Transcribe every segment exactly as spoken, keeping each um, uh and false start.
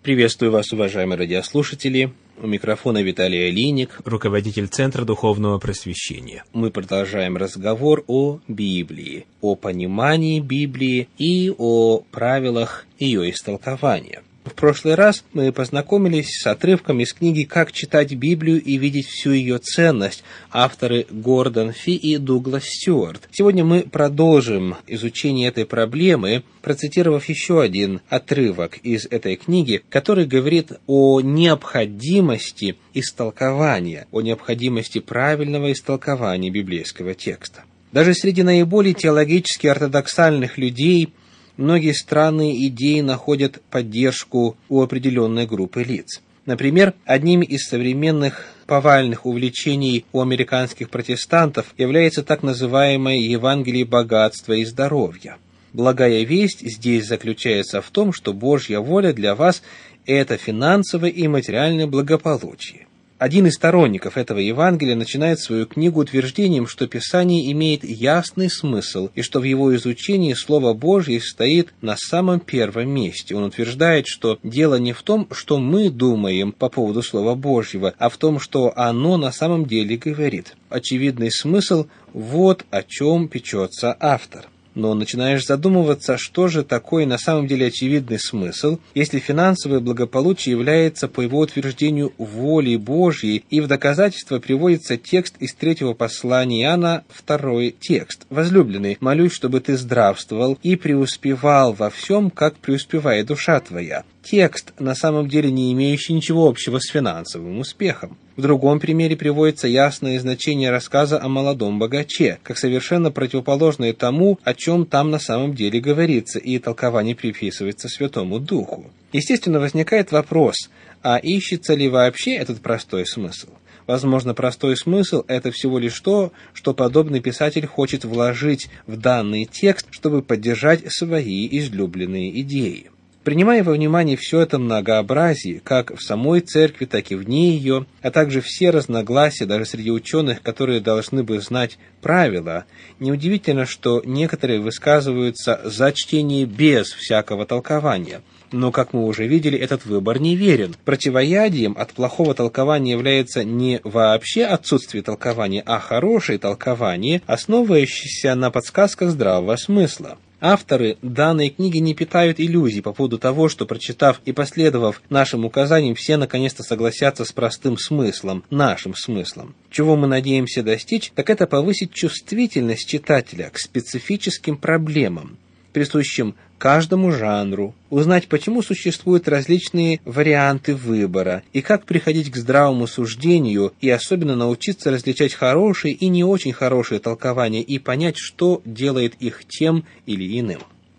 Приветствую вас, уважаемые радиослушатели. У микрофона Виталий Алиник, руководитель Центра Духовного Просвещения. Мы продолжаем разговор о Библии, о понимании Библии и о правилах ее истолкования. В прошлый раз мы познакомились с отрывком из книги «Как читать Библию и видеть всю ее ценность», авторы Гордон Фи и Дуглас Стюарт. Сегодня мы продолжим изучение этой проблемы, процитировав еще один отрывок из этой книги, который говорит о необходимости истолкования, о необходимости правильного истолкования библейского текста. Даже среди наиболее теологически ортодоксальных людей многие странные идеи находят поддержку у определенной группы лиц. Например, одним из современных повальных увлечений у американских протестантов является так называемое Евангелие богатства и здоровья. Благая весть здесь заключается в том, что Божья воля для вас – это финансовое и материальное благополучие. Один из сторонников этого Евангелия начинает свою книгу утверждением, что Писание имеет ясный смысл, и что в его изучении Слово Божье стоит на самом первом месте. Он утверждает, что дело не в том, что мы думаем по поводу Слова Божьего, а в том, что оно на самом деле говорит. Очевидный смысл – вот о чем печется автор. Но начинаешь задумываться, что же такое на самом деле очевидный смысл, если финансовое благополучие является, по его утверждению, волей Божьей, и в доказательство приводится текст из третьего послания Иоанна, второй текст. «Возлюбленный, молюсь, чтобы ты здравствовал и преуспевал во всем, как преуспевает душа твоя». Текст, на самом деле не имеющий ничего общего с финансовым успехом. В другом примере приводится ясное значение рассказа о молодом богаче, как совершенно противоположное тому, о чем там на самом деле говорится, и толкование приписывается Святому Духу. Естественно, возникает вопрос, а ищется ли вообще этот простой смысл? Возможно, простой смысл – это всего лишь то, что подобный писатель хочет вложить в данный текст, чтобы поддержать свои излюбленные идеи. Принимая во внимание все это многообразие, как в самой церкви, так и вне ее, а также все разногласия даже среди ученых, которые должны бы знать правила, неудивительно, что некоторые высказываются за чтение без всякого толкования. Но, как мы уже видели, этот выбор неверен. Противоядием от плохого толкования является не вообще отсутствие толкования, а хорошее толкование, основывающееся на подсказках здравого смысла. Авторы данной книги не питают иллюзий по поводу того, что, прочитав и последовав нашим указаниям, все наконец-то согласятся с простым смыслом, нашим смыслом. Чего мы надеемся достичь, так это повысить чувствительность читателя к специфическим проблемам, присущим каждому жанру, узнать, почему существуют различные варианты выбора, и как приходить к здравому суждению, и особенно научиться различать хорошие и не очень хорошие толкования, и понять, что делает их тем или иным.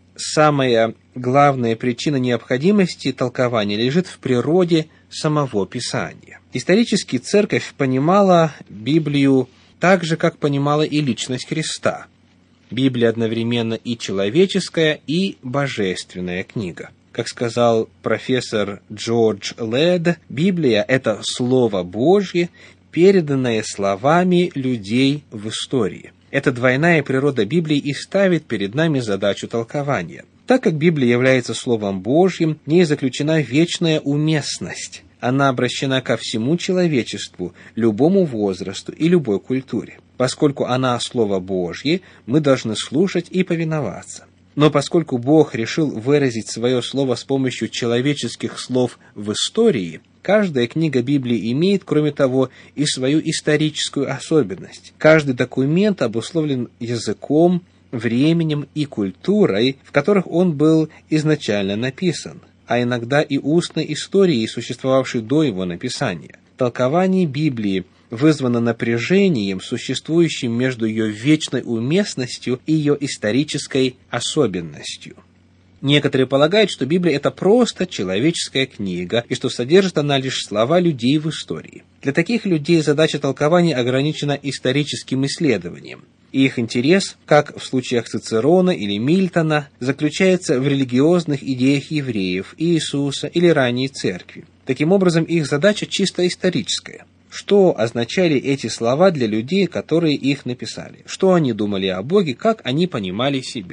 Самая главная причина необходимости толкования лежит в природе самого Писания. Исторически Церковь понимала Библию так же, как понимала и личность Христа. Библия одновременно и человеческая, и божественная книга. Как сказал профессор Джордж Лед, Библия – это Слово Божье, переданное словами людей в истории. Эта двойная природа Библии и ставит перед нами задачу толкования. Так как Библия является Словом Божьим, в ней заключена вечная уместность. Она обращена ко всему человечеству, любому возрасту и любой культуре. Поскольку она Слово Божье, мы должны слушать и повиноваться. Но поскольку Бог решил выразить свое Слово с помощью человеческих слов в истории, каждая книга Библии имеет, кроме того, и свою историческую особенность. Каждый документ обусловлен языком, временем и культурой, в которых он был изначально написан, а иногда и устной историей, существовавшей до его написания. Толкование Библии вызвано напряжением, существующим между ее вечной уместностью и ее исторической особенностью. Некоторые полагают, что Библия – это просто человеческая книга, и что содержит она лишь слова людей в истории. Для таких людей задача толкования ограничена историческим исследованием. И их интерес, как в случаях Цицерона или Мильтона, заключается в религиозных идеях евреев, Иисуса или ранней церкви. Таким образом, их задача чисто историческая. Что означали эти слова для людей, которые их написали? Что они думали о Боге, как они понимали себя?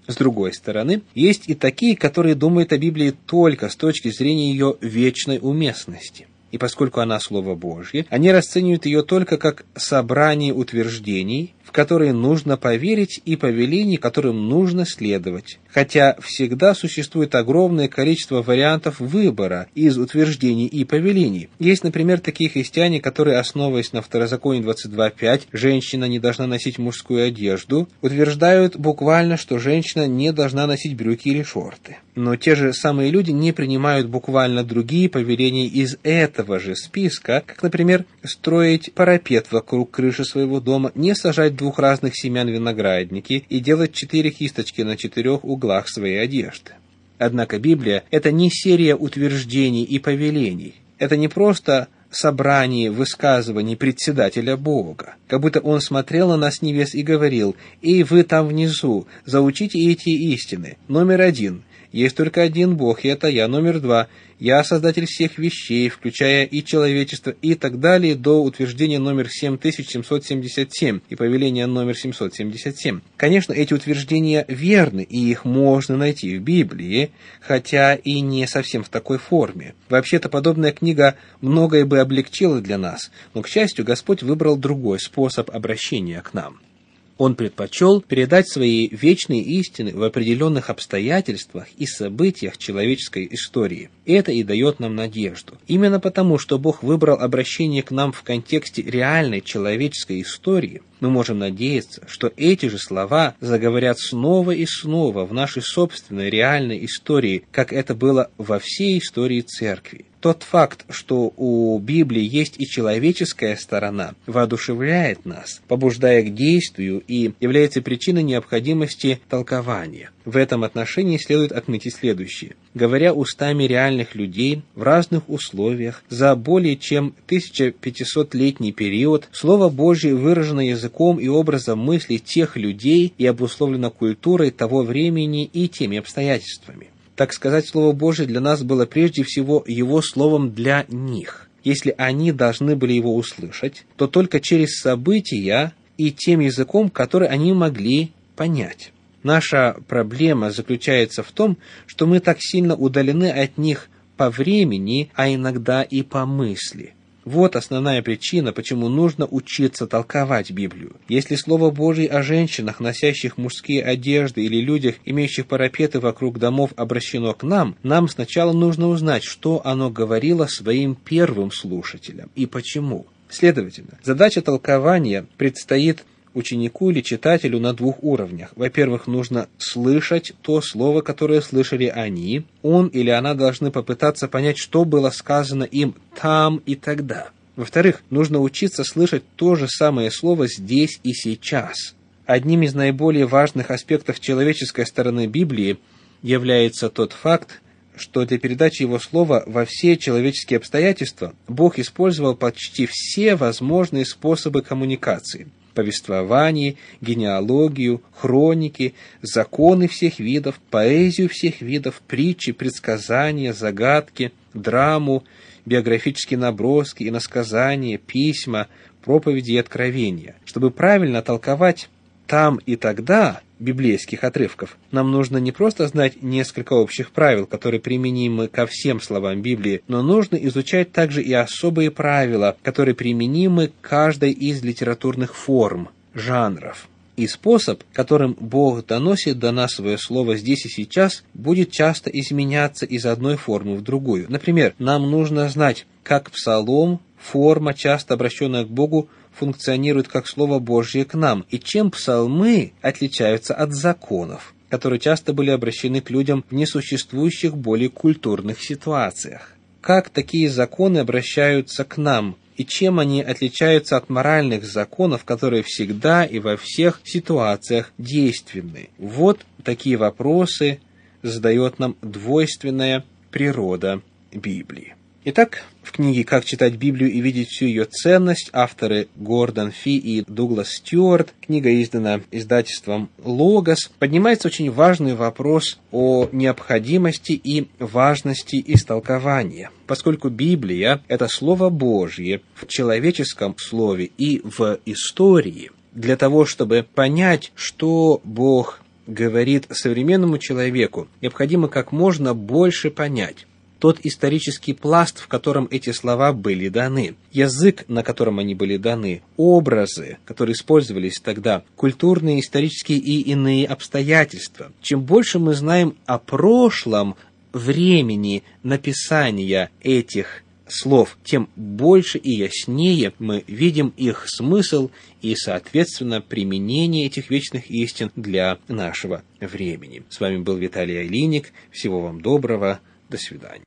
С другой стороны, есть и такие, которые думают о Библии только с точки зрения ее вечной уместности. И поскольку она Слово Божье, они расценивают ее только как собрание утверждений, в которые нужно поверить, и повелений, которым нужно следовать. Хотя всегда существует огромное количество вариантов выбора из утверждений и повелений. Есть, например, такие христиане, которые, основываясь на Второзаконии двадцать два пять, женщина не должна носить мужскую одежду, утверждают буквально, что женщина не должна носить брюки или шорты. Но те же самые люди не принимают буквально другие повеления из этого же списка, как, например, строить парапет вокруг крыши своего дома, не сажать двух разных семян виноградники и делать четыре кисточки на четырех углах своей одежды. Однако Библия – это не серия утверждений и повелений. Это не просто собрание высказываний председателя Бога, как будто он смотрел на нас с небес и говорил: «Эй, вы там внизу, заучите эти истины. Номер один. Есть только один Бог, и это я. Номер два. Я создатель всех вещей, включая и человечество», и так далее, до утверждения номер семь тысяч семьсот семьдесят семь и повеления номер семьсот семьдесят семь. Конечно, эти утверждения верны, и их можно найти в Библии, хотя и не совсем в такой форме. Вообще-то, подобная книга многое бы облегчила для нас, но, к счастью, Господь выбрал другой способ обращения к нам. Он предпочел передать свои вечные истины в определенных обстоятельствах и событиях человеческой истории. Это и дает нам надежду. Именно потому, что Бог выбрал обращение к нам в контексте реальной человеческой истории, мы можем надеяться, что эти же слова заговорят снова и снова в нашей собственной реальной истории, как это было во всей истории Церкви. Тот факт, что у Библии есть и человеческая сторона, воодушевляет нас, побуждая к действию и является причиной необходимости толкования. В этом отношении следует отметить следующее. Говоря устами реальных людей в разных условиях за более чем тысяча пятисотлетний период, Слово Божье выражено языком и образом мыслей тех людей и обусловлено культурой того времени и теми обстоятельствами. Так сказать, Слово Божие для нас было прежде всего Его Словом для них. Если они должны были Его услышать, то только через события и тем языком, который они могли понять. Наша проблема заключается в том, что мы так сильно удалены от них по времени, а иногда и по мысли. Вот основная причина, почему нужно учиться толковать Библию. Если Слово Божие о женщинах, носящих мужские одежды, или людях, имеющих парапеты вокруг домов, обращено к нам, нам сначала нужно узнать, что оно говорило своим первым слушателям и почему. Следовательно, задача толкования предстоит ученику или читателю на двух уровнях. Во-первых, нужно слышать то слово, которое слышали они. Он или она должны попытаться понять, что было сказано им там и тогда. Во-вторых, нужно учиться слышать то же самое слово здесь и сейчас. Одним из наиболее важных аспектов человеческой стороны Библии является тот факт, что для передачи Его Слова во все человеческие обстоятельства Бог использовал почти все возможные способы коммуникации. Повествование, генеалогию, хроники, законы всех видов, поэзию всех видов, притчи, предсказания, загадки, драму, биографические наброски, иносказания, письма, проповеди и откровения. Чтобы правильно толковать там и тогда библейских отрывков, нам нужно не просто знать несколько общих правил, которые применимы ко всем словам Библии, но нужно изучать также и особые правила, которые применимы к каждой из литературных форм, жанров. И способ, которым Бог доносит до нас свое слово здесь и сейчас, будет часто изменяться из одной формы в другую. Например, нам нужно знать, как псалом, форма, часто обращенная к Богу, функционирует как Слово Божье к нам, и чем псалмы отличаются от законов, которые часто были обращены к людям в несуществующих более культурных ситуациях. Как такие законы обращаются к нам, и чем они отличаются от моральных законов, которые всегда и во всех ситуациях действенны? Вот такие вопросы задает нам двойственная природа Библии. Итак, в книге «Как читать Библию и видеть всю ее ценность» авторы Гордон Фи и Дуглас Стюарт, книга издана издательством «Логос», поднимается очень важный вопрос о необходимости и важности истолкования. Поскольку Библия – это Слово Божье в человеческом слове и в истории, для того, чтобы понять, что Бог говорит современному человеку, необходимо как можно больше понять тот исторический пласт, в котором эти слова были даны, язык, на котором они были даны, образы, которые использовались тогда, культурные, исторические и иные обстоятельства. Чем больше мы знаем о прошлом времени написания этих слов, тем больше и яснее мы видим их смысл и, соответственно, применение этих вечных истин для нашего времени. С вами был Виталий Алиник. Всего вам доброго. До свидания.